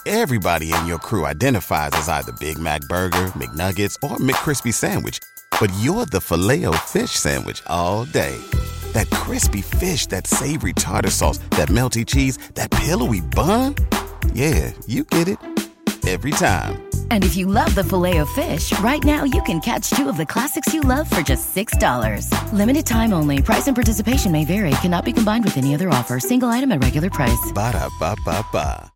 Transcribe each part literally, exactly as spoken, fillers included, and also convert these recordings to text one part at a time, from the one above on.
Everybody in your crew identifies as either Big Mac Burger, McNuggets, or McCrispy Sandwich. But you're the Filet-O-Fish Sandwich all day. That crispy fish, that savory tartar sauce, that melty cheese, that pillowy bun. Yeah, you get it. Every time. And if you love the Filet-O-Fish, right now you can catch two of the classics you love for just six dollars. Limited time only. Price and participation may vary. Cannot be combined with any other offer. Single item at regular price. Ba-da-ba-ba-ba.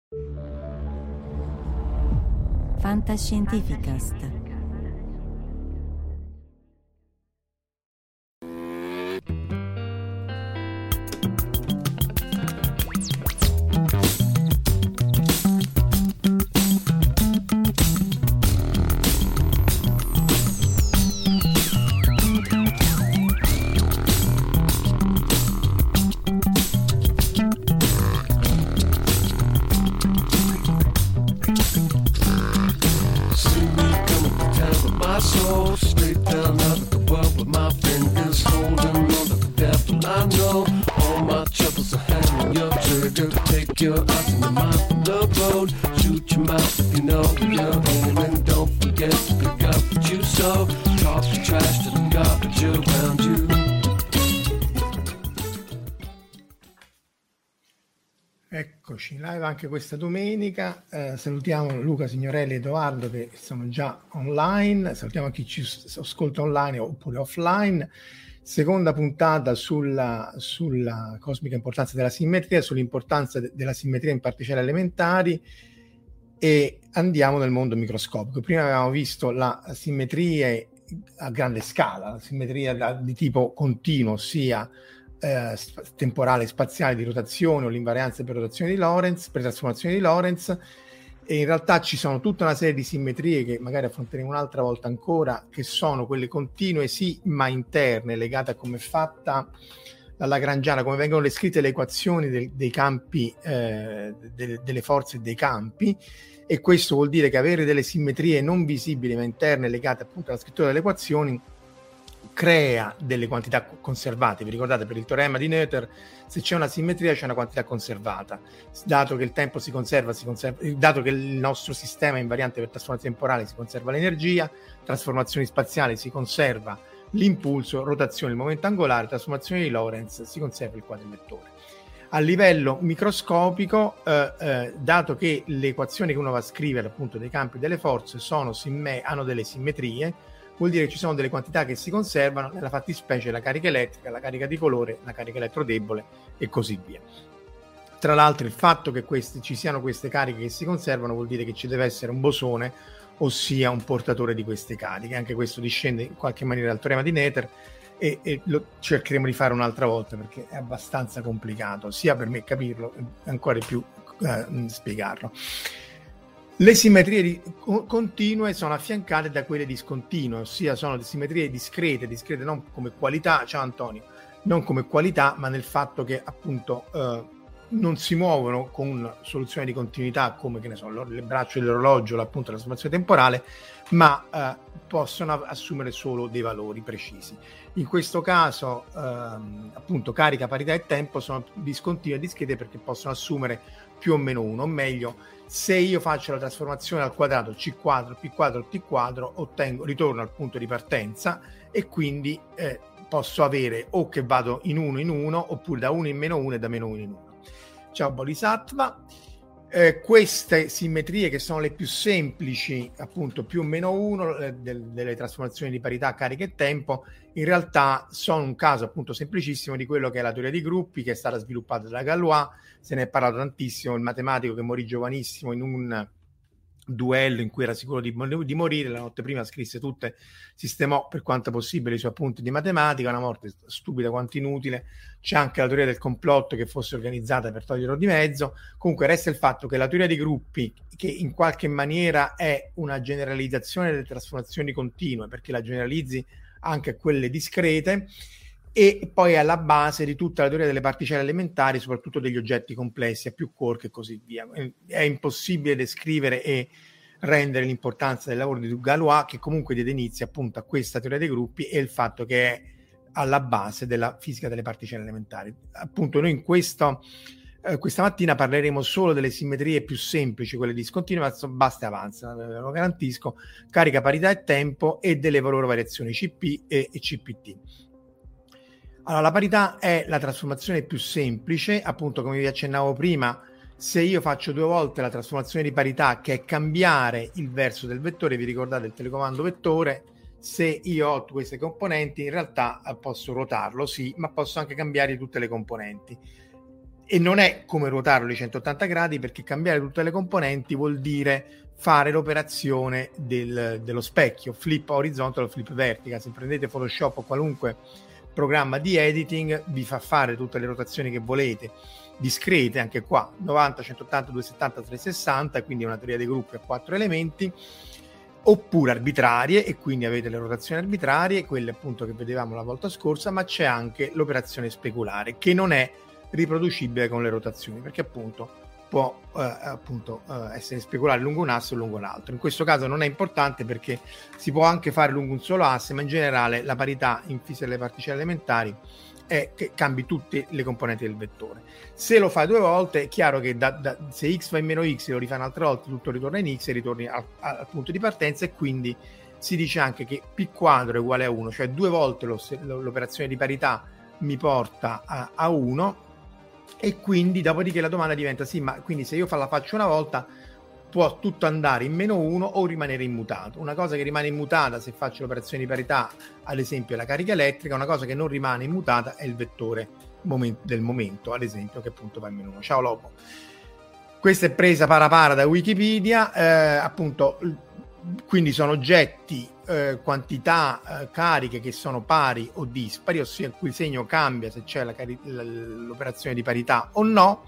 Fantascientificast. Your eyes in the mouth of the road. Shoot your mouth if you know you're aiming. Don't forget to pick up what you sow. Toss the trash to the garbage around you. Eccoci live anche questa domenica. Eh, salutiamo Luca Signorelli e Edoardo che sono già online. Salutiamo chi ci ascolta online oppure offline. Seconda puntata sulla, sulla cosmica importanza della simmetria, sull'importanza de- della simmetria in particelle elementari, e andiamo nel mondo microscopico. Prima avevamo visto la simmetria a grande scala, la simmetria da, di tipo continuo, sia eh, temporale e spaziale, di rotazione o l'invarianza per rotazione di Lorentz, per trasformazione di Lorentz. E in realtà ci sono tutta una serie di simmetrie che magari affronteremo un'altra volta ancora, che sono quelle continue sì ma interne, legate a come è fatta la lagrangiana, come vengono descritte le equazioni del, dei campi, eh, delle, delle forze e dei campi. E questo vuol dire che avere delle simmetrie non visibili ma interne, legate appunto alla scrittura delle equazioni, crea delle quantità conservate. Vi ricordate, per il teorema di Noether, se c'è una simmetria c'è una quantità conservata. Dato che il tempo si conserva, si conserva, dato che il nostro sistema è invariante per trasformazione temporale, si conserva l'energia, trasformazioni spaziali si conserva l'impulso, rotazione il momento angolare, trasformazione di Lorentz si conserva il quadrivettore. A livello microscopico, eh, eh, dato che le equazioni che uno va a scrivere appunto dei campi delle forze sono simme- hanno delle simmetrie, vuol dire che ci sono delle quantità che si conservano, nella fattispecie la carica elettrica, la carica di colore, la carica elettrodebole e così via. Tra l'altro il fatto che queste, ci siano queste cariche che si conservano vuol dire che ci deve essere un bosone, ossia un portatore di queste cariche. Anche questo discende in qualche maniera dal teorema di Noether e, e lo cercheremo di fare un'altra volta perché è abbastanza complicato, sia per me capirlo e ancora di più eh, spiegarlo. Le simmetrie di, co- continue sono affiancate da quelle discontinue, ossia sono simmetrie discrete, discrete non come qualità, ciao Antonio, non come qualità, ma nel fatto che appunto eh, non si muovono con una soluzione di continuità come, che ne so, il braccio dell'orologio, appunto la trasformazione temporale, ma eh, possono assumere solo dei valori precisi. In questo caso ehm, appunto carica, parità e tempo sono discontinue e discrete perché possono assumere più o meno uno, o meglio, se io faccio la trasformazione al quadrato c quadro, p quadro, t quadro, ottengo, ritorno al punto di partenza e quindi eh, posso avere o che vado in uno in uno oppure da uno in meno uno e da meno uno in uno. Ciao Bodhisattva. Eh, queste simmetrie, che sono le più semplici, appunto più o meno uno, eh, del, delle trasformazioni di parità, carica e tempo, in realtà sono un caso appunto semplicissimo di quello che è la teoria dei gruppi, che è stata sviluppata da Galois. Se ne è parlato tantissimo, il matematico che morì giovanissimo in un duello in cui era sicuro di, di morire, la notte prima scrisse tutte, sistemò per quanto possibile i suoi appunti di matematica, una morte stupida quanto inutile. C'è anche la teoria del complotto che fosse organizzata per toglierlo di mezzo. Comunque resta il fatto che la teoria dei gruppi, che in qualche maniera è una generalizzazione delle trasformazioni continue, perché la generalizzi anche a quelle discrete, e poi è alla base di tutta la teoria delle particelle elementari, soprattutto degli oggetti complessi a più quark e così via. È impossibile descrivere e rendere l'importanza del lavoro di Galois, che comunque diede inizio appunto a questa teoria dei gruppi e il fatto che è alla base della fisica delle particelle elementari. Appunto noi in questo Eh, questa mattina parleremo solo delle simmetrie più semplici, quelle discontinue, ma basta e avanza, ve lo garantisco, carica, parità e tempo, e delle loro variazioni C P e, e C P T. Allora, la parità è la trasformazione più semplice, appunto come vi accennavo prima. Se io faccio due volte la trasformazione di parità, che è cambiare il verso del vettore, vi ricordate il telecomando vettore, se io ho queste componenti in realtà posso ruotarlo, sì, ma posso anche cambiare tutte le componenti. E non è come ruotarlo di centottanta gradi, perché cambiare tutte le componenti vuol dire fare l'operazione del, dello specchio, flip horizontal o flip vertical. Se prendete Photoshop o qualunque programma di editing, vi fa fare tutte le rotazioni che volete, discrete, anche qua novanta, centottanta, duecentosettanta, trecentosessanta, quindi una teoria dei gruppi a quattro elementi, oppure arbitrarie, e quindi avete le rotazioni arbitrarie, quelle appunto che vedevamo la volta scorsa, ma c'è anche l'operazione speculare, che non è riproducibile con le rotazioni, perché appunto può eh, appunto eh, essere speculare lungo un asse o lungo un altro. In questo caso non è importante, perché si può anche fare lungo un solo asse, ma in generale la parità in fisica delle particelle elementari è che cambi tutte le componenti del vettore. Se lo fai due volte è chiaro che da, da, se x va in meno x e lo rifai un'altra volta, tutto ritorna in x e ritorni al, al punto di partenza, e quindi si dice anche che p quadro è uguale a uno, cioè due volte lo, l'operazione di parità mi porta a, a uno. E quindi dopodiché la domanda diventa: sì, ma quindi se io la faccio una volta può tutto andare in meno uno o rimanere immutato? Una cosa che rimane immutata se faccio l'operazione di parità, ad esempio la carica elettrica, una cosa che non rimane immutata è il vettore moment- del momento, ad esempio, che appunto va in meno uno. Ciao Lobo. Questa è presa para para da Wikipedia, eh, appunto, quindi sono oggetti, eh, quantità, eh, cariche che sono pari o dispari, ossia il cui segno cambia se c'è la cari- l'operazione di parità o no,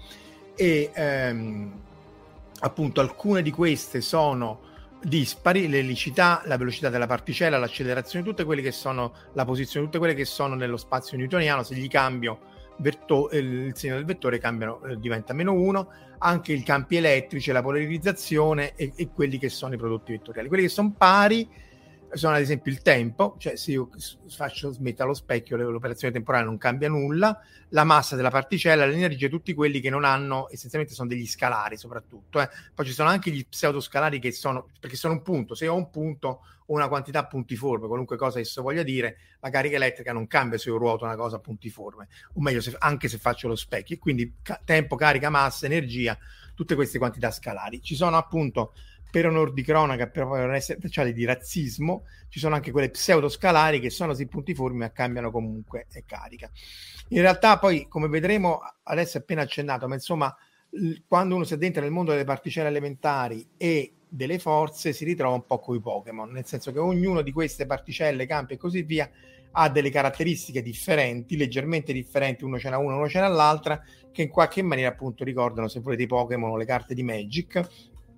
e ehm, appunto alcune di queste sono dispari: l'elicità, la velocità della particella, l'accelerazione, tutte quelle che sono la posizione, tutte quelle che sono nello spazio newtoniano. Se gli cambio verto- il segno del vettore cambiano, eh, diventa meno uno. Anche i campi elettrici, la polarizzazione e, e quelli che sono i prodotti vettoriali. Quelli che sono pari sono ad esempio il tempo, cioè se io faccio smettere allo specchio l'operazione temporale non cambia nulla, la massa della particella, l'energia, tutti quelli che non hanno, essenzialmente sono degli scalari soprattutto, eh. Poi ci sono anche gli pseudoscalari che sono, perché sono un punto, se ho un punto o una quantità puntiforme, qualunque cosa esso voglia dire, la carica elettrica non cambia se io ruoto una cosa puntiforme, o meglio se, anche se faccio lo specchio, e quindi ca- tempo, carica, massa, energia, tutte queste quantità scalari. Ci sono appunto, per onor di cronaca, per non essere speciali di razzismo, ci sono anche quelle pseudoscalari che sono sì puntiformi ma cambiano comunque e carica. In realtà poi, come vedremo, adesso è appena accennato, ma insomma quando uno si addentra nel mondo delle particelle elementari e delle forze si ritrova un po' con i Pokémon, nel senso che ognuno di queste particelle, campi e così via ha delle caratteristiche differenti, leggermente differenti, uno ce n'ha una, uno ce n'ha l'altra, che in qualche maniera appunto ricordano, se volete, i Pokémon o le carte di Magic.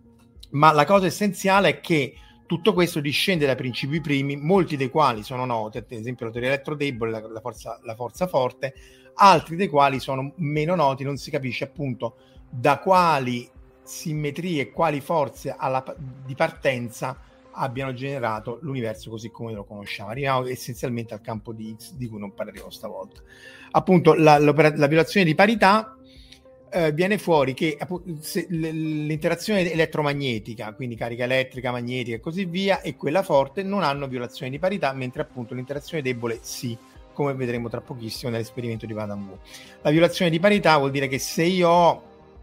Ma la cosa essenziale è che tutto questo discende da principi primi, molti dei quali sono noti, ad esempio la teoria elettrodebole, la, la, forza, la forza forte, altri dei quali sono meno noti, non si capisce appunto da quali simmetrie e quali forze alla, di partenza abbiano generato l'universo così come lo conosciamo. Arriviamo essenzialmente al campo di X, di cui non parleremo stavolta. Appunto la, la violazione di parità Uh, viene fuori che se, l'interazione elettromagnetica, quindi carica elettrica, magnetica e così via, e quella forte non hanno violazione di parità, mentre appunto l'interazione debole sì, come vedremo tra pochissimo nell'esperimento di Madame Wu. La violazione di parità vuol dire che se io ho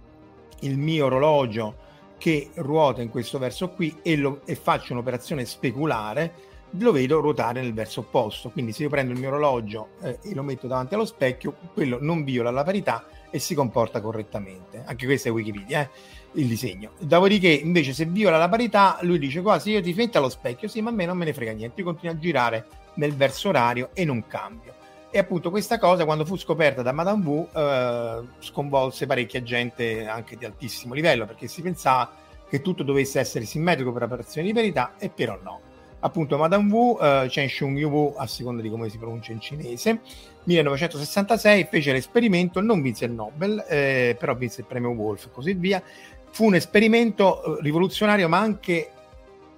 il mio orologio che ruota in questo verso qui e, lo, e faccio un'operazione speculare, lo vedo ruotare nel verso opposto. Quindi se io prendo il mio orologio eh, e lo metto davanti allo specchio, quello non viola la parità e si comporta correttamente. Anche questo è Wikipedia, eh, il disegno. Dopodiché invece se viola la parità, lui dice qua, se io ti metto allo specchio, sì, ma a me non me ne frega niente, io continuo a girare nel verso orario e non cambio. E appunto questa cosa, quando fu scoperta da Madame Wu, eh, sconvolse parecchia gente anche di altissimo livello, perché si pensava che tutto dovesse essere simmetrico per operazioni di verità, e però no. Appunto Madame Wu, eh, Chen Shung Wu, a seconda di come si pronuncia in cinese, millenovecentosessantasei fece l'esperimento, non vinse il Nobel, eh, però vinse il premio Wolf e così via. Fu un esperimento eh, rivoluzionario, ma anche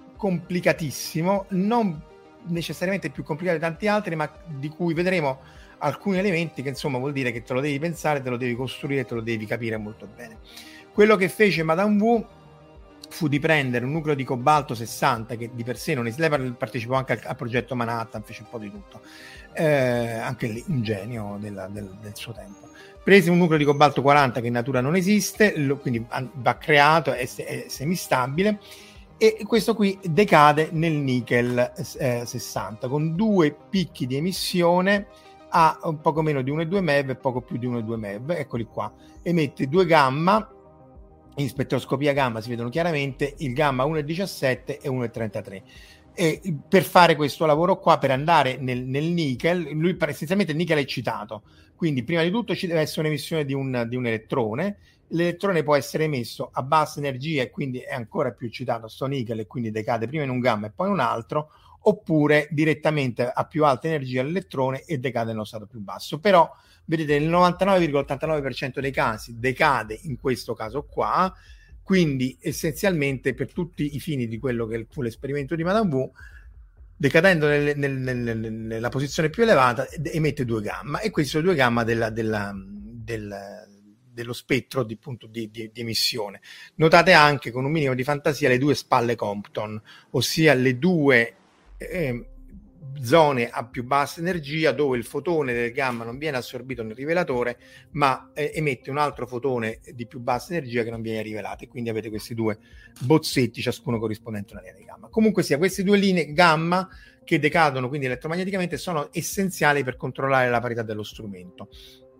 complicatissimo, non necessariamente più complicato di tanti altri, ma di cui vedremo alcuni elementi che insomma vuol dire che te lo devi pensare, te lo devi costruire, te lo devi capire molto bene. Quello che fece Madame Wu fu di prendere un nucleo di cobalto sessanta che di per sé non esiste. Lei partecipò anche al, al progetto Manhattan, fece un po' di tutto, eh, anche lì un genio della, del, del suo tempo. Prese un nucleo di cobalto quaranta che in natura non esiste, lo, quindi va creato, è, è semistabile, e questo qui decade nel nickel eh, sessanta con due picchi di emissione a un poco meno di uno virgola due MeV e poco più di uno virgola due MeV. Eccoli qua, emette due gamma. In spettroscopia gamma si vedono chiaramente il gamma uno virgola diciassette e uno virgola trentatré. E per fare questo lavoro qua, per andare nel, nel nickel, lui essenzialmente il nickel è eccitato, quindi prima di tutto ci deve essere un'emissione di un, di un elettrone. L'elettrone può essere emesso a bassa energia e quindi è ancora più eccitato sto nickel e quindi decade prima in un gamma e poi in un altro, oppure direttamente a più alta energia l'elettrone e decade nello stato più basso. Però vedete, nel novantanove virgola ottantanove per cento dei casi decade in questo caso qua, quindi essenzialmente per tutti i fini di quello che fu l'esperimento di Madame Wu, decadendo nel, nel, nel, nella posizione più elevata emette due gamma, e questi sono due gamma della, della, del, dello spettro di, punto, di, di, di emissione. Notate anche con un minimo di fantasia le due spalle Compton, ossia le due eh, zone a più bassa energia dove il fotone del gamma non viene assorbito nel rivelatore ma eh, emette un altro fotone di più bassa energia che non viene rivelato, e quindi avete questi due bozzetti ciascuno corrispondente a una linea di gamma. Comunque sia, queste due linee gamma che decadono quindi elettromagneticamente sono essenziali per controllare la parità dello strumento.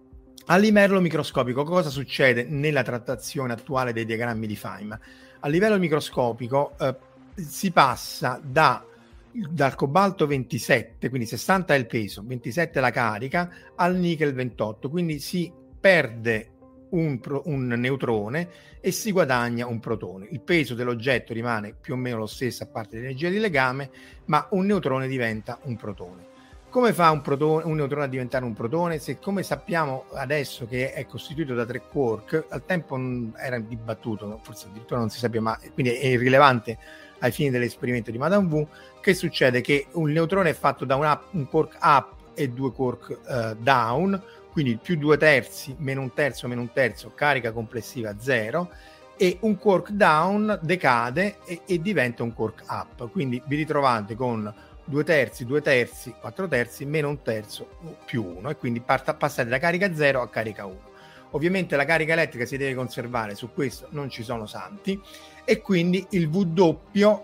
A livello microscopico cosa succede nella trattazione attuale dei diagrammi di Feynman? A livello microscopico eh, si passa da dal cobalto ventisette, quindi sessanta è il peso, ventisette è la carica, al nickel ventotto, quindi si perde un, pro, un neutrone e si guadagna un protone. Il peso dell'oggetto rimane più o meno lo stesso a parte l'energia di legame, ma un neutrone diventa un protone. Come fa un, protone, un neutrone a diventare un protone? Se, come sappiamo adesso che è costituito da tre quark, al tempo era dibattuto, forse addirittura non si sapeva, ma quindi è irrilevante ai fini dell'esperimento di Madame Wu. Che succede? Che un neutrone è fatto da un, up, un quark up e due quark uh, down, quindi più due terzi, meno un terzo, meno un terzo, carica complessiva zero, e un quark down decade e, e diventa un quark up, quindi vi ritrovate con due terzi, due terzi, quattro terzi, meno un terzo, più uno, e quindi parta, passate da carica zero a carica uno. Ovviamente la carica elettrica si deve conservare, su questo non ci sono santi, e quindi il W,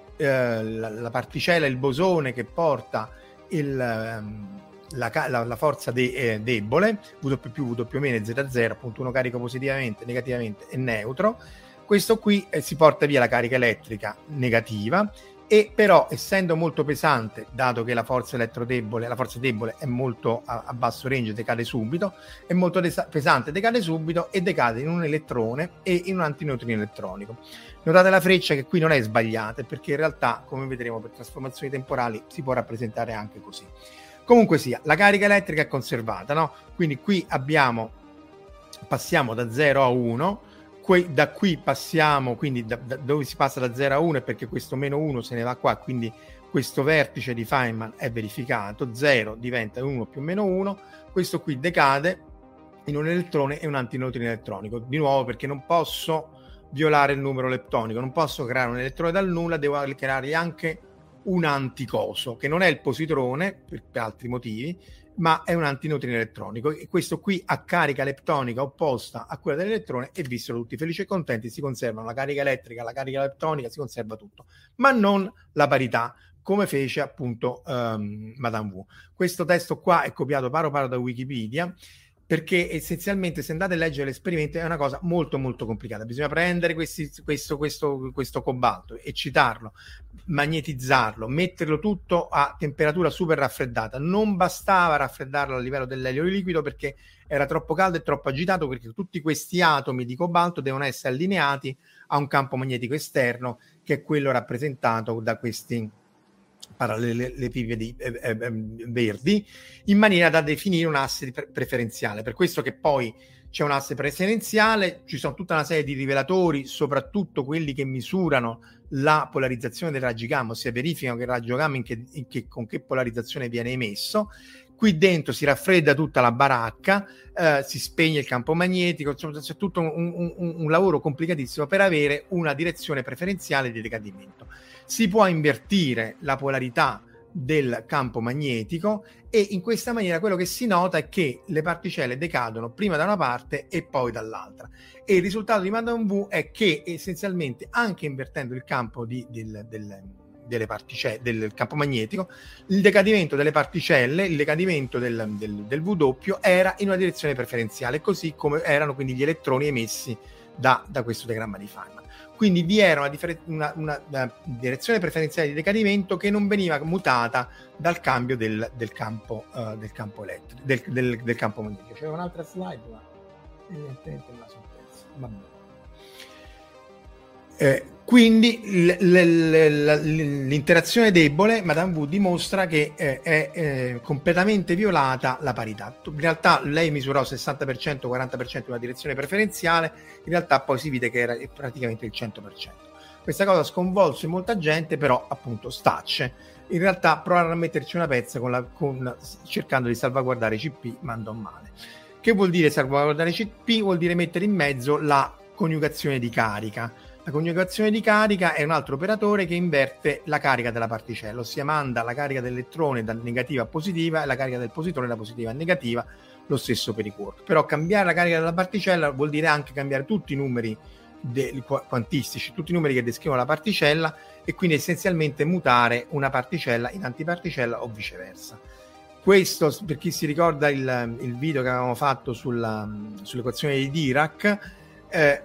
eh, la, la particella, il bosone che porta il, ehm, la, la, la forza de, eh, debole, W più, W meno e Z zero, appunto uno carico positivamente, negativamente e neutro, questo qui eh, si porta via la carica elettrica negativa, e però essendo molto pesante, dato che la forza elettrodebole, la forza debole è molto a, a basso range, decade subito, è molto desa- pesante, decade subito e decade in un elettrone e in un antineutrino elettronico. Notate la freccia che qui non è sbagliata, perché in realtà, come vedremo per trasformazioni temporali, si può rappresentare anche così. Comunque sia, la carica elettrica è conservata, no? Quindi qui abbiamo, passiamo da zero a uno, Que- da qui passiamo, quindi da, da dove si passa da zero a uno è perché questo meno uno se ne va qua, quindi questo vertice di Feynman è verificato, zero diventa uno più meno uno, questo qui decade in un elettrone e un antineutrino elettronico, di nuovo perché non posso violare il numero leptonico, non posso creare un elettrone dal nulla, devo creargli anche un anticoso, che non è il positrone per, per altri motivi, ma è un antineutrino elettronico, e questo qui ha carica leptonica opposta a quella dell'elettrone, e vissero tutti felici e contenti, si conservano la carica elettrica, la carica leptonica, si conserva tutto, ma non la parità, come fece appunto um, Madame Wu. Questo testo qua è copiato paro paro da Wikipedia, perché essenzialmente se andate a leggere l'esperimento è una cosa molto molto complicata. Bisogna prendere questi, questo, questo, questo cobalto, eccitarlo, magnetizzarlo, metterlo tutto a temperatura super raffreddata. Non bastava raffreddarlo a livello dell'elio liquido perché era troppo caldo e troppo agitato, perché tutti questi atomi di cobalto devono essere allineati a un campo magnetico esterno, che è quello rappresentato da questi parallelepipedi eh, eh, verdi, in maniera da definire un asse pre- preferenziale. Per questo che poi c'è un asse preferenziale, ci sono tutta una serie di rivelatori, soprattutto quelli che misurano la polarizzazione dei raggi gamma, ossia verificano che il raggio gamma in che, in che, con che polarizzazione viene emesso. qui dentro si raffredda tutta la baracca, eh, si spegne il campo magnetico, insomma, c'è tutto un, un, un, un lavoro complicatissimo per avere una direzione preferenziale di decadimento. Si può invertire la polarità del campo magnetico e in questa maniera quello che si nota è che le particelle decadono prima da una parte e poi dall'altra, e il risultato di Madame V è che essenzialmente, anche invertendo il campo di, del, del, delle particelle, del campo magnetico, il decadimento delle particelle, il decadimento del, del, del W era in una direzione preferenziale, così come erano quindi gli elettroni emessi da, da questo diagramma di Feynman. Quindi vi era una, differ- una, una, una direzione preferenziale di decadimento che non veniva mutata dal cambio del, del campo uh, del campo elettrico, del, del, del campo magnetico. C'era un'altra slide, ma evidentemente me la sono persa. Vabbè. Eh, quindi l- l- l- l'interazione debole, Madame V dimostra che eh, è eh, completamente violata la parità. In realtà lei misurò sessanta per cento, quaranta per cento una direzione preferenziale, in realtà poi si vide che era praticamente il cento per cento. Questa cosa sconvolse molta gente, però appunto stacce. In realtà provarono a metterci una pezza con la, con, cercando di salvaguardare C P, ma andò male. Che vuol dire salvaguardare C P? Vuol dire mettere in mezzo la coniugazione di carica. La coniugazione di carica è un altro operatore che inverte la carica della particella, ossia manda la carica dell'elettrone da negativa a positiva e la carica del positrone da positiva a negativa, lo stesso per i quark. Però cambiare la carica della particella vuol dire anche cambiare tutti i numeri de- quantistici, tutti i numeri che descrivono la particella, e quindi essenzialmente mutare una particella in antiparticella o viceversa. Questo, per chi si ricorda il, il video che avevamo fatto sulla, sull'equazione di Dirac, eh,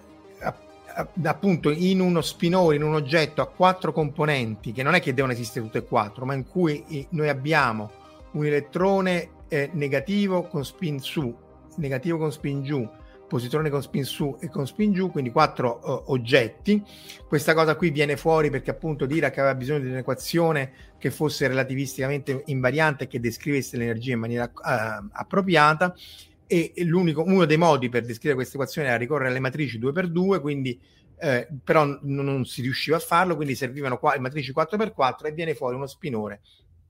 appunto in uno spinore, in un oggetto a quattro componenti, che non è che devono esistere tutte e quattro, ma in cui noi abbiamo un elettrone eh, negativo con spin su, negativo con spin giù, positrone con spin su e con spin giù, quindi quattro uh, oggetti. Questa cosa qui viene fuori perché appunto Dirac aveva bisogno di un'equazione che fosse relativisticamente invariante e che descrivesse l'energia in maniera uh, appropriata, e l'unico, uno dei modi per descrivere questa equazione era ricorrere alle matrici due per due, quindi eh, però non, non si riusciva a farlo, quindi servivano qua, matrici quattro per quattro, e viene fuori uno spinore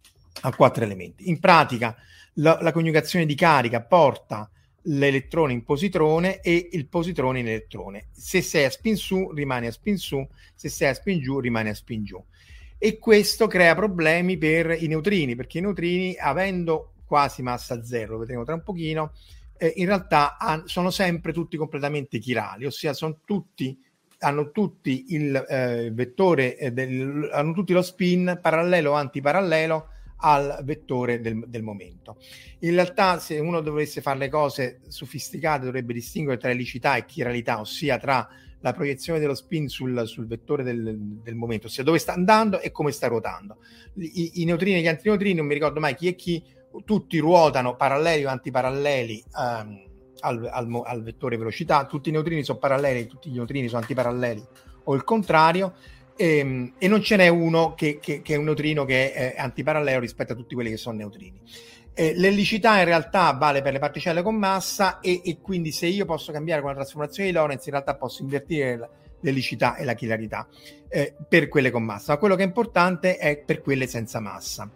a quattro elementi. In pratica la, la coniugazione di carica porta l'elettrone in positrone e il positrone in elettrone. Se sei a spin su rimane a spin su, se sei a spin giù rimane a spin giù, e questo crea problemi per i neutrini, perché i neutrini, avendo quasi massa zero, lo vedremo tra un pochino, eh, in realtà han, sono sempre tutti completamente chirali, ossia sono tutti, hanno tutti il eh, vettore eh, del, hanno tutti lo spin parallelo o antiparallelo al vettore del, del momento. In realtà, se uno dovesse fare le cose sofisticate, dovrebbe distinguere tra elicità e chiralità, ossia tra la proiezione dello spin sul, sul vettore del, del momento, ossia dove sta andando e come sta ruotando. I, i neutrini e gli antineutrini, non mi ricordo mai chi è chi, tutti ruotano paralleli o antiparalleli um, al, al, al vettore velocità. Tutti i neutrini sono paralleli, tutti gli neutrini sono antiparalleli o il contrario, e, e non ce n'è uno che, che, che è un neutrino che è antiparallelo rispetto a tutti quelli che sono neutrini. Eh, l'elicità in realtà vale per le particelle con massa, e, e quindi se io posso cambiare con la trasformazione di Lorentz, in realtà posso invertire l'elicità e la chilarità eh, per quelle con massa, ma quello che è importante è per quelle senza massa.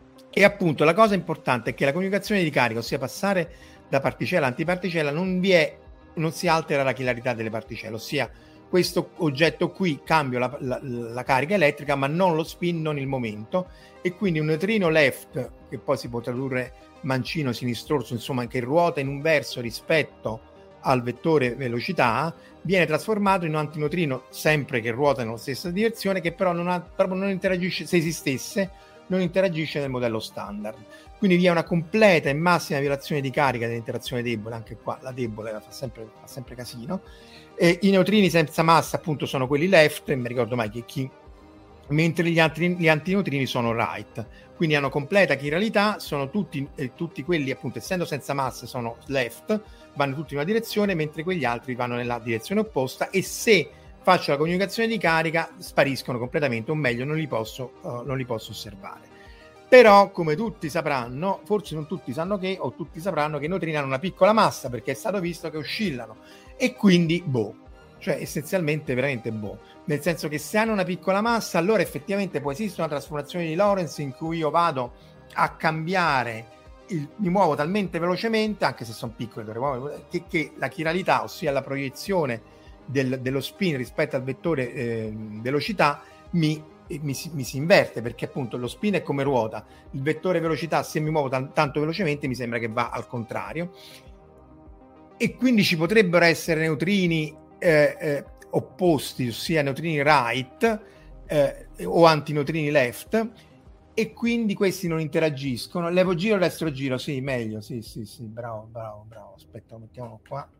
E appunto la cosa importante è che la coniugazione di carica, ossia passare da particella a antiparticella, non vi è, non si altera la chilarità delle particelle, ossia questo oggetto qui cambia la, la, la carica elettrica ma non lo spin, non il momento, e quindi un neutrino left, che poi si può tradurre mancino sinistroso, insomma che ruota in un verso rispetto al vettore velocità, viene trasformato in un antineutrino sempre che ruota nella stessa direzione, che però non, ha, proprio non interagisce, se esistesse non interagisce nel modello standard. Quindi vi è una completa e massima violazione di carica dell'interazione debole. Anche qua la debole la fa sempre, fa sempre casino. E i neutrini senza massa appunto sono quelli left, non mi ricordo mai che chi, mentre gli, altri, gli antineutrini sono right, quindi hanno completa chiralità, sono tutti, eh, tutti quelli appunto, essendo senza massa, sono left, vanno tutti in una direzione, mentre quegli altri vanno nella direzione opposta, e se faccio la coniugazione di carica spariscono completamente, o meglio non li posso, uh, non li posso osservare. Però, come tutti sapranno, forse non tutti sanno che, o tutti sapranno che i neutrini hanno una piccola massa, perché è stato visto che oscillano, e quindi boh, cioè essenzialmente veramente boh, nel senso che se hanno una piccola massa, allora effettivamente può esistere una trasformazione di Lorentz in cui io vado a cambiare il, mi muovo talmente velocemente, anche se sono piccole, che, che la chiralità, ossia la proiezione del, dello spin rispetto al vettore eh, velocità, mi, mi, si, mi si inverte, perché appunto lo spin è come ruota, il vettore velocità, se mi muovo t- tanto velocemente, mi sembra che va al contrario, e quindi ci potrebbero essere neutrini eh, eh, opposti, ossia neutrini right eh, o antineutrini left, e quindi questi non interagiscono. Levo giro, destro giro, sì, meglio, sì, sì, sì, bravo, bravo, bravo. Aspetta, lo mettiamo qua.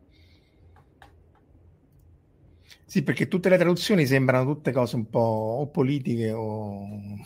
Sì, perché tutte le traduzioni sembrano tutte cose un po' o politiche o,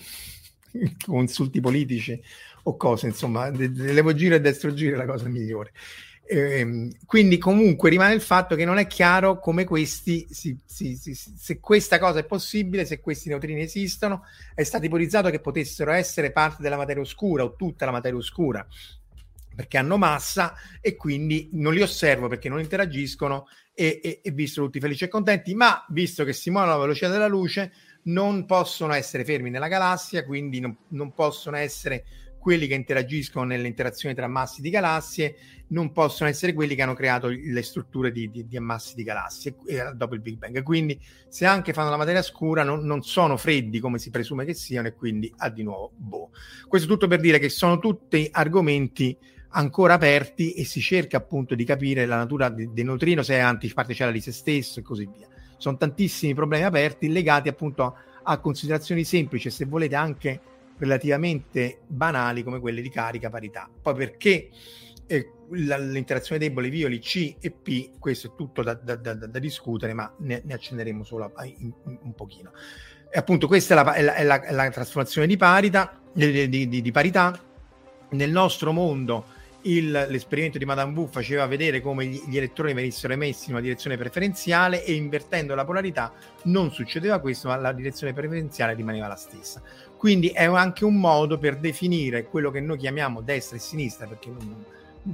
o insulti politici o cose, insomma, levo giro e destro giro è la cosa migliore. Eh, quindi comunque rimane il fatto che non è chiaro come questi si, si, si, se questa cosa è possibile, se questi neutrini esistono. È stato ipotizzato che potessero essere parte della materia oscura o tutta la materia oscura, perché hanno massa e quindi non li osservo perché non interagiscono e, e, e visto tutti felici e contenti, ma visto che si muovono alla velocità della luce non possono essere fermi nella galassia, quindi non, non possono essere quelli che interagiscono nelle interazioni tra massi di galassie, non possono essere quelli che hanno creato le strutture di, di, di ammassi di galassie eh, dopo il Big Bang. Quindi se anche fanno la materia scura non, non sono freddi come si presume che siano, e quindi ha di nuovo boh. Questo tutto per dire che sono tutti argomenti ancora aperti e si cerca appunto di capire la natura del de neutrino, se è antiparticella di se stesso e così via. Sono tantissimi problemi aperti legati appunto a, a considerazioni semplici e, se volete, anche relativamente banali come quelle di carica parità. Poi perché eh, la, l'interazione debole violi C e P, questo è tutto da, da, da, da discutere, ma ne, ne accenneremo solo a, in, in, un pochino. E appunto questa è la, è la, è la, è la trasformazione di parità, di, di, di, di parità. Nel nostro mondo il, l'esperimento di Madame Wu faceva vedere come gli, gli elettroni venissero emessi in una direzione preferenziale, e invertendo la polarità non succedeva questo, ma la direzione preferenziale rimaneva la stessa. Quindi è anche un modo per definire quello che noi chiamiamo destra e sinistra, perché non,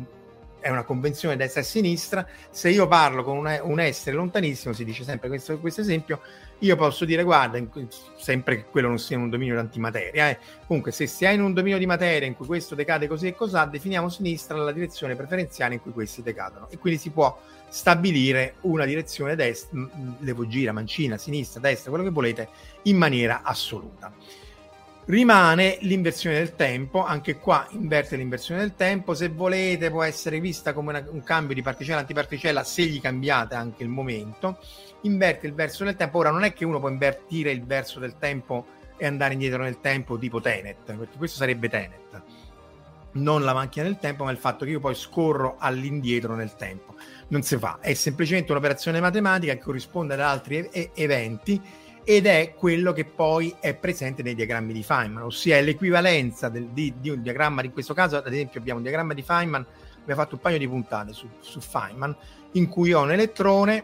è una convenzione destra e sinistra. Se io parlo con un, un essere lontanissimo, si dice sempre questo, questo esempio, io posso dire guarda, sempre che quello non sia in un dominio di antimateria, eh. Comunque se si è in un dominio di materia in cui questo decade così e cos'ha, definiamo sinistra la direzione preferenziale in cui questi decadono, e quindi si può stabilire una direzione destra, levo gira, mancina, sinistra, destra, quello che volete, in maniera assoluta. Rimane l'inversione del tempo, anche qua inverte l'inversione del tempo, se volete può essere vista come una, un cambio di particella-antiparticella se gli cambiate anche il momento, inverte il verso del tempo. Ora non è che uno può invertire il verso del tempo e andare indietro nel tempo tipo Tenet, perché questo sarebbe Tenet, non la macchina del tempo, ma il fatto che io poi scorro all'indietro nel tempo. Non si fa, è semplicemente un'operazione matematica che corrisponde ad altri e- eventi, ed è quello che poi è presente nei diagrammi di Feynman, ossia è l'equivalenza del, di, di un diagramma. In questo caso, ad esempio, abbiamo un diagramma di Feynman, abbiamo fatto un paio di puntate su, su Feynman, in cui ho un elettrone,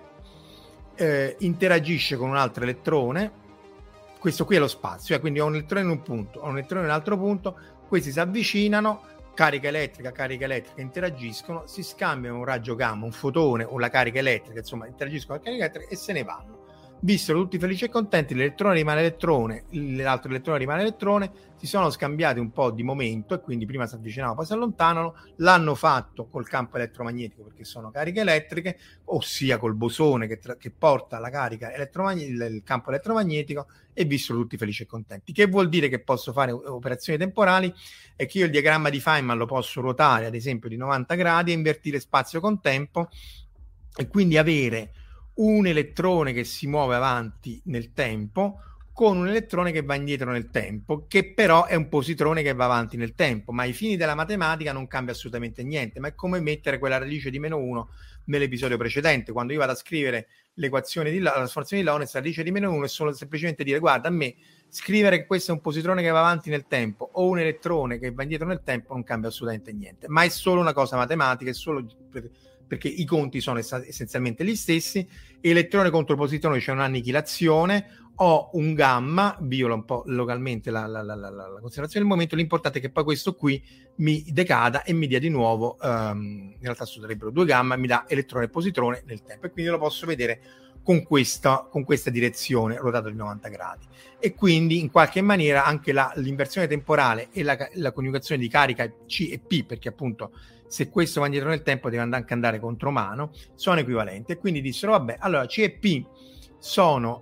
eh, interagisce con un altro elettrone, questo qui è lo spazio, eh, quindi ho un elettrone in un punto, ho un elettrone in un altro punto, questi si avvicinano, carica elettrica, carica elettrica, interagiscono, si scambiano un raggio gamma, un fotone o la carica elettrica, insomma, interagiscono con la carica elettrica e se ne vanno. Vissero tutti felici e contenti, l'elettrone rimane elettrone, l'altro elettrone rimane elettrone, si sono scambiati un po' di momento e quindi prima si avvicinavano, poi si allontanano. L'hanno fatto col campo elettromagnetico perché sono cariche elettriche, ossia col bosone che, tra- che porta la carica elettromagnetico, il campo elettromagnetico, e vissero tutti felici e contenti. Che vuol dire che posso fare operazioni temporali e che io il diagramma di Feynman lo posso ruotare ad esempio di novanta gradi e invertire spazio con tempo, e quindi avere un elettrone che si muove avanti nel tempo con un elettrone che va indietro nel tempo, che però è un positrone che va avanti nel tempo, ma ai fini della matematica non cambia assolutamente niente, ma è come mettere quella radice di meno uno nell'episodio precedente. Quando io vado a scrivere l'equazione di la trasformazione di Lorentz, la radice di meno uno è solo semplicemente dire guarda, a me scrivere che questo è un positrone che va avanti nel tempo o un elettrone che va indietro nel tempo non cambia assolutamente niente, ma è solo una cosa matematica, è solo per, perché i conti sono ess- essenzialmente gli stessi. Elettrone contro positrone c'è un'annichilazione, ho un gamma, viola un po' localmente la, la, la, la, la conservazione del momento, l'importante è che poi questo qui mi decada e mi dia di nuovo, um, in realtà sarebbero due gamma, mi dà elettrone e positrone nel tempo, e quindi lo posso vedere con questa, con questa direzione rotato di novanta gradi, e quindi in qualche maniera anche la, l'inversione temporale e la, la coniugazione di carica C e P, perché appunto se questo va indietro nel tempo deve anche andare contro mano, sono equivalenti, e quindi dissero vabbè, allora C e P sono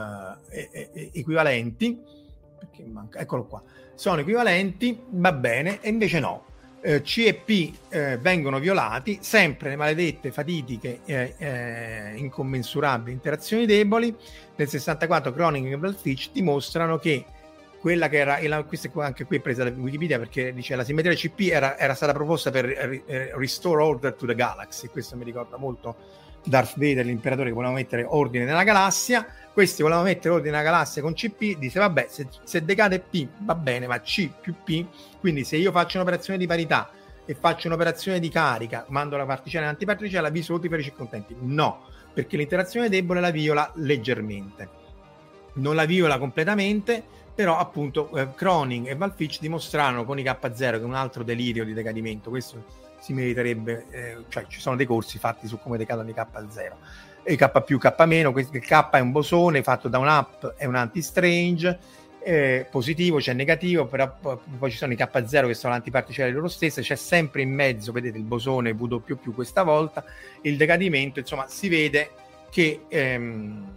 eh, equivalenti, perché manca, eccolo qua, sono equivalenti, va bene, e invece no, eh, C e P eh, vengono violati, sempre le maledette fatitiche eh, eh, incommensurabili interazioni deboli. Nel sessantaquattro Cronin e Waldfisch dimostrano che quella che era, la, questa anche qui è presa da Wikipedia, perché dice la simmetria C P era, era stata proposta per eh, restore order to the galaxy, questo mi ricorda molto Darth Vader, l'imperatore, che voleva mettere ordine nella galassia. Questi volevano mettere ordine nella galassia con C P, dice vabbè, se, se decade P va bene, ma C più P, quindi se io faccio un'operazione di parità e faccio un'operazione di carica, mando la particella e l'antiparticella, vi sono tutti felici e contenti? No, perché l'interazione debole la viola leggermente, non la viola completamente, però appunto eh, Cronin e Waldfisch dimostrarono con i K zero, che è un altro delirio di decadimento, questo si meriterebbe, eh, cioè ci sono dei corsi fatti su come decadono i K zero e i K più, K meno. Il K è un bosone fatto da un up e un anti-strange, eh, positivo, c'è negativo, però poi, poi ci sono i K zero che sono l'antiparticelle loro stesse, c'è sempre in mezzo, vedete il bosone W più più questa volta, il decadimento, insomma si vede che ehm,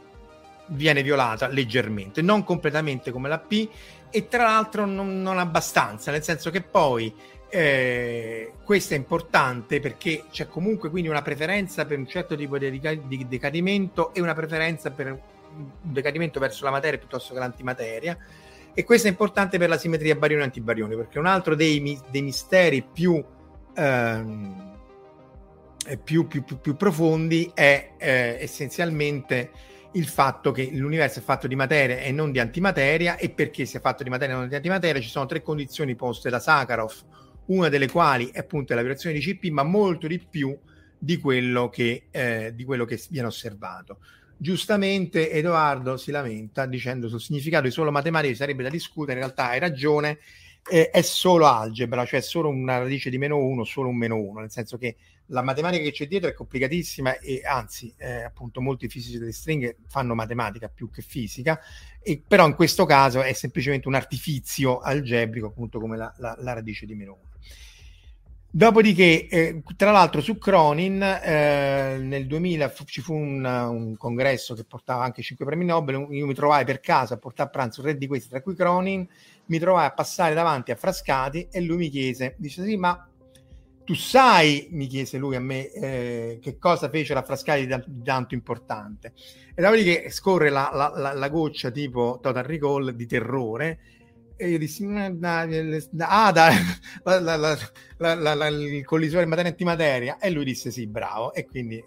viene violata leggermente, non completamente come la P, e tra l'altro non, non abbastanza, nel senso che poi Eh, questo è importante perché c'è comunque quindi una preferenza per un certo tipo di, di decadimento e una preferenza per un decadimento verso la materia piuttosto che l'antimateria, e questo è importante per la simmetria barione-antibarione, perché un altro dei, dei misteri più, ehm, più, più, più, più profondi è eh, essenzialmente il fatto che l'universo è fatto di materia e non di antimateria, e perché si è fatto di materia e non di antimateria ci sono tre condizioni poste da Sakharov, una delle quali è appunto la violazione di C P, ma molto di più di quello che, eh, di quello che viene osservato. Giustamente Edoardo si lamenta dicendo sul significato di solo matematica sarebbe da discutere, in realtà hai ragione, eh, è solo algebra, cioè solo una radice di meno uno, solo un meno uno, nel senso che la matematica che c'è dietro è complicatissima, e anzi eh, appunto molti fisici delle stringhe fanno matematica più che fisica, e però in questo caso è semplicemente un artifizio algebrico, appunto come la, la, la radice di meno uno. Dopodiché, eh, tra l'altro su Cronin eh, nel duemila fu, ci fu un, un congresso che portava anche cinque premi Nobel. Io mi trovai per caso a portare a pranzo tre di questi, tra cui Cronin, mi trovai a passare davanti a Frascati e lui mi chiese, dice sì, ma tu sai, mi chiese lui a me, eh, che cosa fece la Frascati di, di tanto importante, e da lì che scorre la, la, la, la goccia tipo Total Recall di terrore, e io dissi ah, da, da, la, la, la, la, la, la, il collisore materia e antimateria, e lui disse sì, bravo, e quindi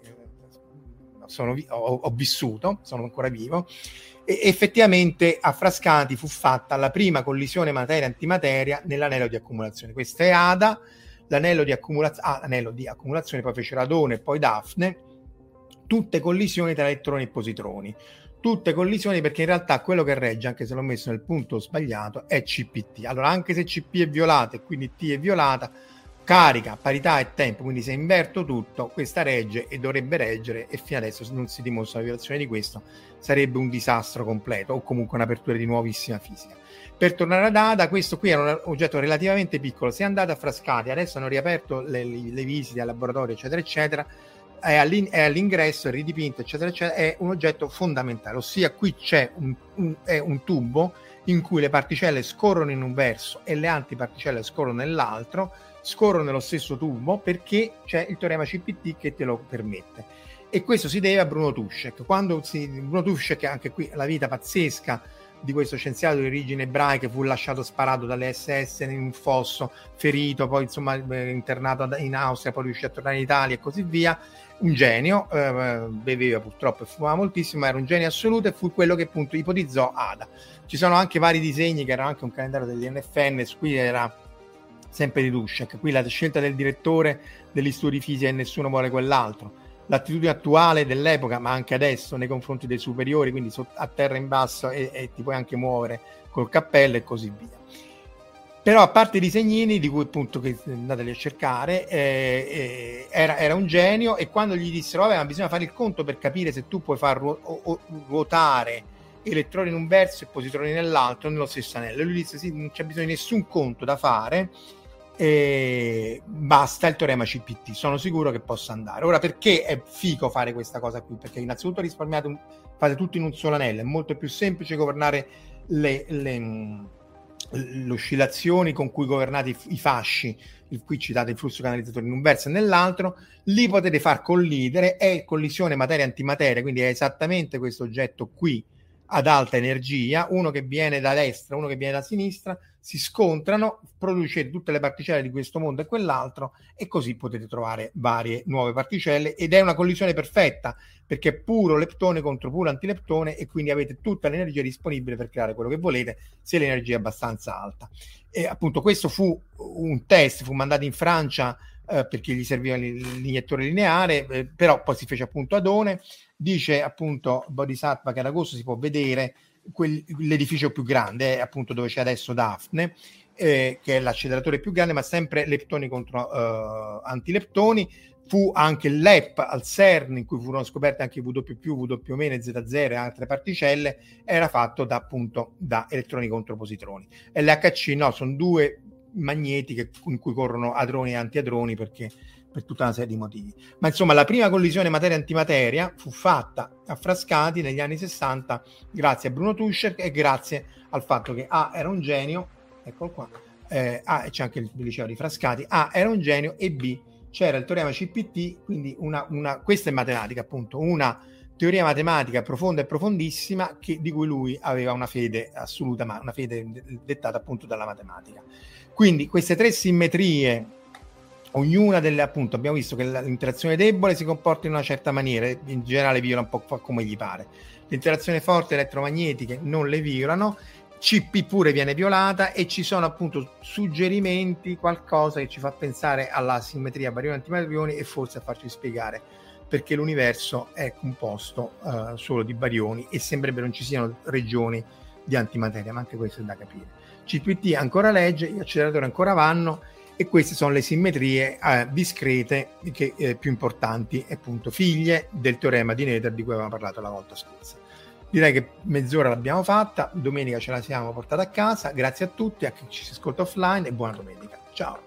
sono, ho, ho vissuto, sono ancora vivo, e effettivamente a Frascati fu fatta la prima collisione materia-antimateria nell'anello di accumulazione. Questa è Ada, l'anello di, accumulaz- ah, anello di accumulazione, poi fece Radone e poi Daphne, tutte collisioni tra elettroni e positroni, tutte collisioni, perché in realtà quello che regge, anche se l'ho messo nel punto sbagliato, è C P T. Allora anche se C P è violata e quindi T è violata, carica, parità e tempo, quindi se inverto tutto, questa regge e dovrebbe reggere, e fino adesso non si dimostra la violazione di questo, sarebbe un disastro completo o comunque un'apertura di nuovissima fisica. Per tornare ad Ada, questo qui era un oggetto relativamente piccolo, se andate a Frascati, adesso hanno riaperto le, le visite al laboratorio eccetera eccetera, è, all'in- è all'ingresso, è ridipinto eccetera eccetera, è un oggetto fondamentale, ossia qui c'è un, un, è un tubo in cui le particelle scorrono in un verso e le antiparticelle scorrono nell'altro, scorrono nello stesso tubo perché c'è il teorema C P T che te lo permette, e questo si deve a Bruno Tuschek. Quando si, Bruno Tuschek, anche qui la vita pazzesca di questo scienziato di origine ebraica, fu lasciato sparato dalle S S in un fosso, ferito, poi insomma internato in Austria, poi riuscì a tornare in Italia e così via, un genio, eh, beveva purtroppo e fumava moltissimo, ma era un genio assoluto, e fu quello che appunto ipotizzò Ada. Ci sono anche vari disegni, che erano anche un calendario degli N F N, su cui era sempre di Tuschek, qui la scelta del direttore degli studi fisica e nessuno vuole quell'altro, l'attitudine attuale dell'epoca, ma anche adesso nei confronti dei superiori, quindi a terra in basso e, e ti puoi anche muovere col cappello e così via. Però a parte i disegnini di cui appunto che andateli a cercare, eh, eh, era, era un genio, e quando gli dissero vabbè ma bisogna fare il conto per capire se tu puoi far ruo- o- ruotare elettroni in un verso e positroni nell'altro nello stesso anello, e lui disse sì, non c'è bisogno di nessun conto da fare, eh, basta il teorema C P T, sono sicuro che possa andare. Ora, perché è figo fare questa cosa qui? Perché innanzitutto risparmiate un, fate tutto in un solo anello, è molto più semplice governare le, le le oscillazioni con cui governate i, i fasci, il qui citate il flusso canalizzatore in un verso e nell'altro, li potete far collidere, è collisione materia-antimateria, quindi è esattamente questo oggetto qui ad alta energia, uno che viene da destra, uno che viene da sinistra, si scontrano, producete tutte le particelle di questo mondo e quell'altro, e così potete trovare varie nuove particelle, ed è una collisione perfetta, perché è puro leptone contro puro antileptone, e quindi avete tutta l'energia disponibile per creare quello che volete, se l'energia è abbastanza alta. E appunto questo fu un test, fu mandato in Francia eh, perché gli serviva l'iniettore lineare, eh, però poi si fece appunto ad One. Dice appunto Bodhisattva che ad agosto si può vedere quel, l'edificio più grande, eh, appunto dove c'è adesso Daphne, eh, che è l'acceleratore più grande, ma sempre leptoni contro eh, antileptoni. Fu anche l'E P al CERN, in cui furono scoperte anche W più, W meno e Z zero e altre particelle, era fatto da appunto da elettroni contro positroni. E l'H C no, sono due magneti che, in cui corrono adroni e antiadroni, perché per tutta una serie di motivi. Ma insomma la prima collisione materia-antimateria fu fatta a Frascati negli anni sessanta grazie a Bruno Tuscher e grazie al fatto che A era un genio, eccolo qua, eh, A, c'è anche il liceo di Frascati, A era un genio e B c'era il teorema C P T, quindi una, una, questa è matematica appunto, una teoria matematica profonda e profondissima che, di cui lui aveva una fede assoluta, ma una fede dettata appunto dalla matematica. Quindi queste tre simmetrie, ognuna delle, appunto abbiamo visto che l'interazione debole si comporta in una certa maniera, in generale viola un po' come gli pare, l'interazione forte elettromagnetiche non le violano, C P pure viene violata, e ci sono appunto suggerimenti, qualcosa che ci fa pensare alla simmetria barioni-antimarioni e forse a farci spiegare perché l'universo è composto uh, solo di barioni e sembrerebbe non ci siano regioni di antimateria, ma anche questo è da capire. C P T ancora legge, gli acceleratori ancora vanno, e queste sono le simmetrie eh, discrete che eh, più importanti, appunto figlie del teorema di Noether di cui avevamo parlato la volta scorsa. Direi che mezz'ora l'abbiamo fatta, domenica ce la siamo portata a casa. Grazie a tutti, a chi ci si ascolta offline, e buona domenica. Ciao.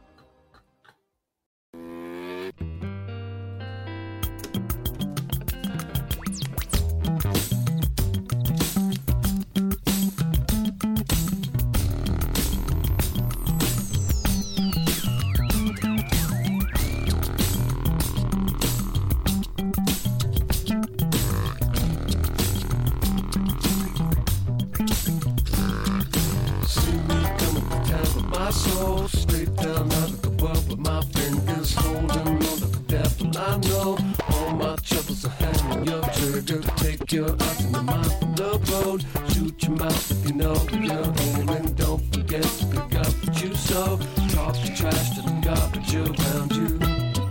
You're out in the mouth of the road. Shoot your mouth if you know you're in, and don't forget to pick up what you sow. Talk the trash to the garbage around you.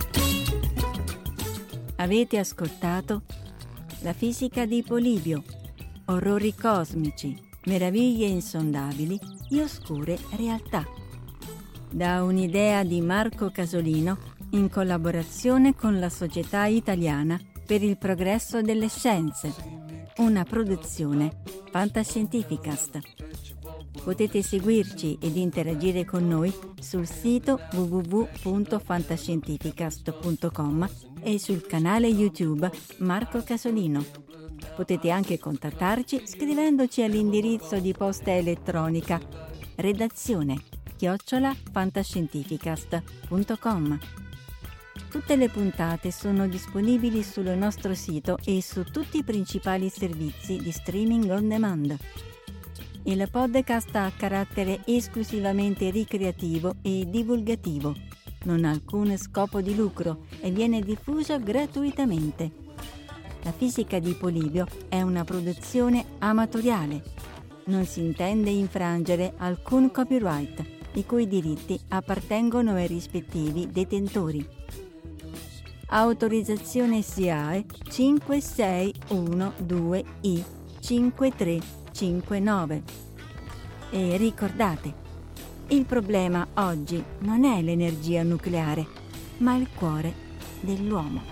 Avete ascoltato La fisica di Polibio, orrori cosmici, meraviglie insondabili e oscure realtà. Da un'idea di Marco Casolino in collaborazione con la Società Italiana per il Progresso delle Scienze, una produzione Fantascientificast. Potete seguirci ed interagire con noi sul sito w w w punto fantascientificast punto com e sul canale YouTube Marco Casolino. Potete anche contattarci scrivendoci all'indirizzo di posta elettronica redazione chiocciola fantascientificast punto com. Tutte le puntate sono disponibili sul nostro sito e su tutti i principali servizi di streaming on demand. Il podcast ha carattere esclusivamente ricreativo e divulgativo, non ha alcun scopo di lucro e viene diffuso gratuitamente. La fisica di Polibio è una produzione amatoriale. Non si intende infrangere alcun copyright, i cui diritti appartengono ai rispettivi detentori. Autorizzazione S I A E cinque sei uno due I cinque tre cinque nove. E ricordate, il problema oggi non è l'energia nucleare, ma il cuore dell'uomo.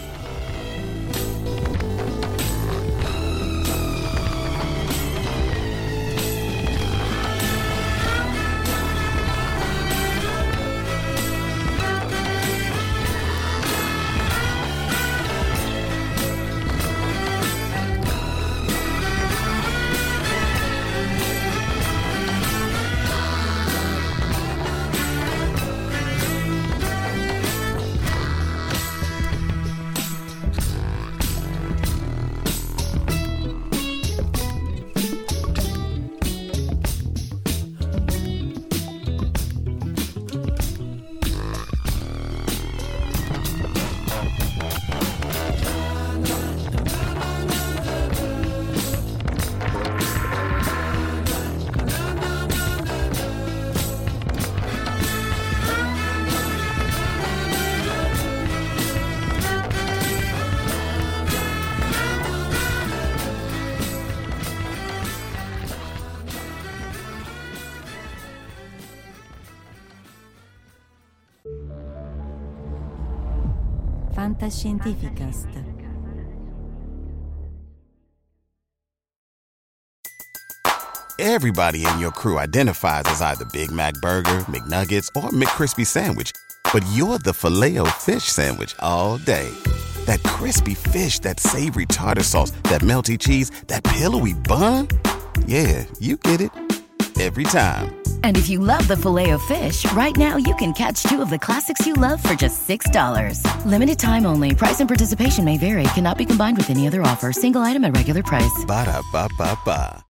Fantascientificast. Everybody in your crew identifies as either Big Mac Burger, McNuggets, or McCrispy Sandwich. But you're the Filet-O-Fish Sandwich all day. That crispy fish, that savory tartar sauce, that melty cheese, that pillowy bun. Yeah, you get it. Every time. And if you love the Filet-O-Fish, right now you can catch two of the classics you love for just six dollars. Limited time only. Price and participation may vary. Cannot be combined with any other offer. Single item at regular price. Ba-da-ba-ba-ba.